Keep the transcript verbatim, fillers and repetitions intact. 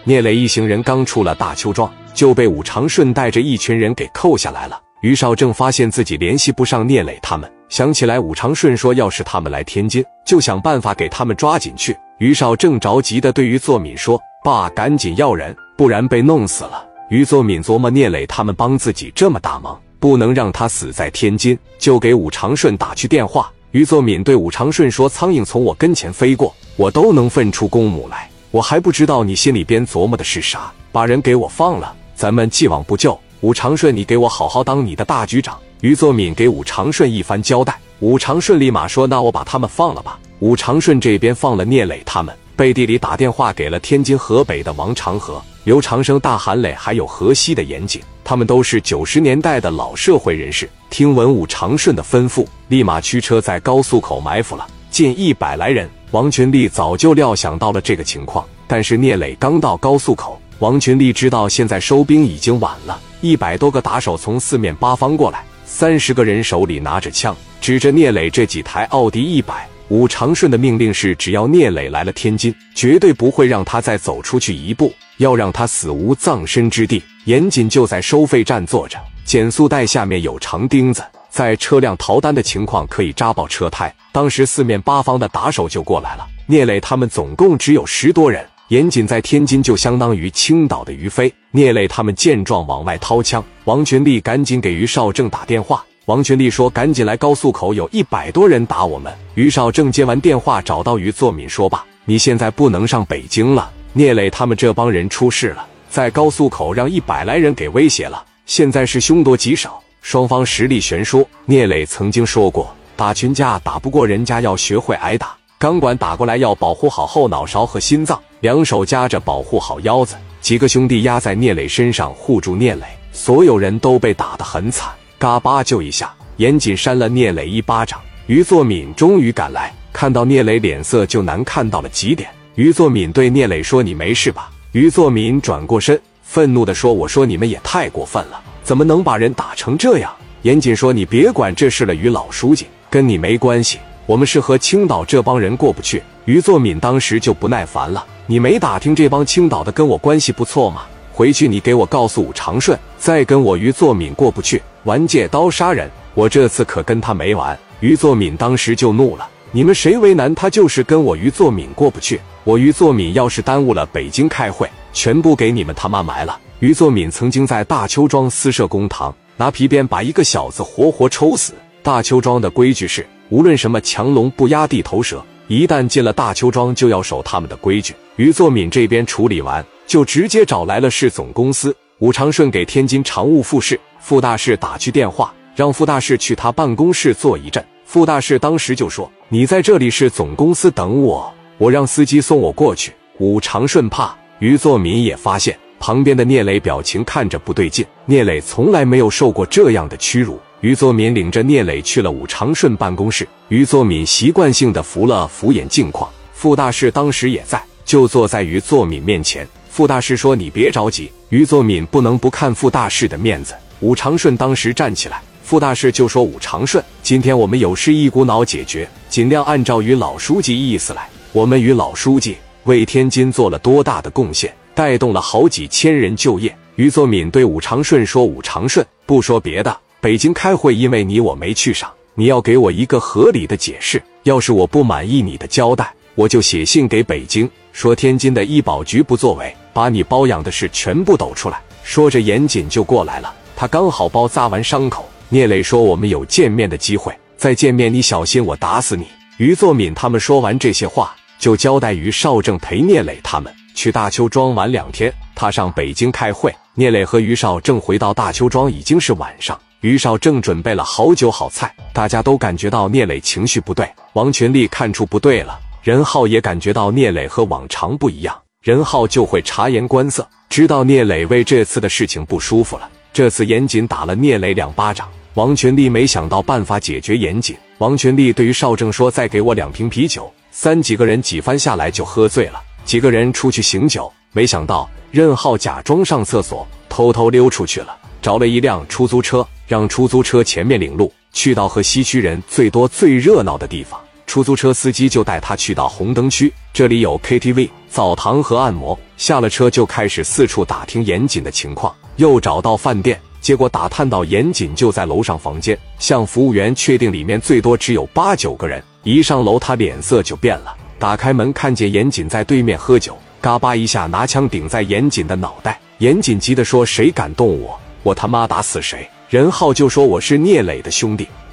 聂磊一行人刚出了大邱庄，就被武长顺带着一群人给扣下来了。于少正发现自己联系不上聂磊他们，想起来武长顺说要是他们来天津，就想办法给他们抓紧去。于少正着急地对于作敏说：“爸，赶紧要人，不然被弄死了。”于作敏琢磨聂磊他们帮自己这么大忙，不能让他死在天津，就给武长顺打去电话。于作敏对武长顺说：“苍蝇从我跟前飞过，我都能分出公母来，我还不知道你心里边琢磨的是啥，把人给我放了，咱们既往不咎。武长顺，你给我好好当你的大局长。”于作敏给武长顺一番交代，武长顺立马说：“那我把他们放了吧。”武长顺这边放了聂磊他们，背地里打电话给了天津河北的王长河、刘长生、大韩磊，还有河西的严谨，他们都是九十年代的老社会人士。听闻武长顺的吩咐，立马驱车在高速口埋伏了近一百来人。王群力早就料想到了这个情况，但是聂磊刚到高速口，王群力知道现在收兵已经晚了，一百多个打手从四面八方过来，三十个人手里拿着枪，指着聂磊这几台奥迪一百。武长顺的命令是，只要聂磊来了天津，绝对不会让他再走出去一步，要让他死无葬身之地。严谨就在收费站坐着，减速带下面有长钉子，在车辆逃单的情况可以扎爆车胎。当时四面八方的打手就过来了，聂磊他们总共只有十多人。严谨在天津就相当于青岛的于飞。聂磊他们见状往外掏枪，王群力赶紧给于少正打电话。王群力说：“赶紧来高速口，有一百多人打我们。”于少正接完电话，找到于作敏说：“爸，你现在不能上北京了，聂磊他们这帮人出事了，在高速口让一百来人给威胁了，现在是凶多吉少，双方实力悬殊。聂磊曾经说过，打群架打不过人家要学会挨打，钢管打过来要保护好后脑勺和心脏，两手夹着保护好腰子。”几个兄弟压在聂磊身上护住聂磊，所有人都被打得很惨。嘎巴就一下，严谨扇了聂磊一巴掌。于作敏终于赶来，看到聂磊脸色就难看到了极点。于作敏对聂磊说：“你没事吧？”于作敏转过身，愤怒地说：“我说你们也太过分了，怎么能把人打成这样？”严谨说：“你别管这事了，于老书记，跟你没关系，我们是和青岛这帮人过不去。”于作敏当时就不耐烦了：“你没打听这帮青岛的跟我关系不错吗？回去你给我告诉武长顺，再跟我于作敏过不去，玩借刀杀人，我这次可跟他没完。”于作敏当时就怒了：“你们谁为难他，就是跟我于作敏过不去。我于作敏要是耽误了北京开会，全部给你们他妈埋了。”于作敏曾经在大邱庄私设公堂，拿皮鞭把一个小子活活抽死。大邱庄的规矩是，无论什么强龙不压地头蛇，一旦进了大邱庄就要守他们的规矩。于作敏这边处理完，就直接找来了市总公司。武长顺给天津常务副市傅大士打去电话，让傅大士去他办公室坐一阵。傅大士当时就说：“你在这里市总公司等我，我让司机送我过去。”武长顺怕，于作敏也发现旁边的聂磊表情看着不对劲，聂磊从来没有受过这样的屈辱。于作敏领着聂磊去了武长顺办公室，于作敏习惯性的扶了扶眼镜框。傅大士当时也在，就坐在于作敏面前。傅大士说：“你别着急。”于作敏不能不看傅大士的面子。武长顺当时站起来，傅大士就说：“武长顺，今天我们有事一股脑解决，尽量按照于老书记意思来。我们于老书记为天津做了多大的贡献，带动了好几千人就业。”于作敏对武长顺说：“武长顺，不说别的，北京开会因为你我没去上，你要给我一个合理的解释。要是我不满意你的交代，我就写信给北京，说天津的医保局不作为，把你包养的事全部抖出来。”说着严谨就过来了，他刚好包扎完伤口。聂磊说：“我们有见面的机会，再见面你小心我打死你。”于作敏他们说完这些话，就交代于少正陪聂磊他们去大邱庄玩两天，他上北京开会。聂磊和于少正回到大邱庄已经是晚上，于少正准备了好酒好菜，大家都感觉到聂磊情绪不对。王群力看出不对了，任浩也感觉到聂磊和往常不一样，任浩就会察言观色，知道聂磊为这次的事情不舒服了。这次严谨打了聂磊两巴掌，王群力没想到办法解决严谨。王群力对于少正说：“再给我两瓶啤酒。”三几个人几番下来就喝醉了，几个人出去醒酒，没想到任浩假装上厕所，偷偷溜出去了，找了一辆出租车，让出租车前面领路，去到和西区人最多最热闹的地方。 出租车司机就带他去到红灯区，这里有 K T V、澡堂和按摩。下了车就开始四处打听严谨的情况，又找到饭店，结果打探到严谨就在楼上房间，向服务员确定里面最多只有八九个人。一上楼他脸色就变了，打开门看见严谨在对面喝酒，嘎巴一下拿枪顶在严谨的脑袋。严谨急地说：“谁敢动我，我他妈打死谁！”任浩就说：“我是聂磊的兄弟。”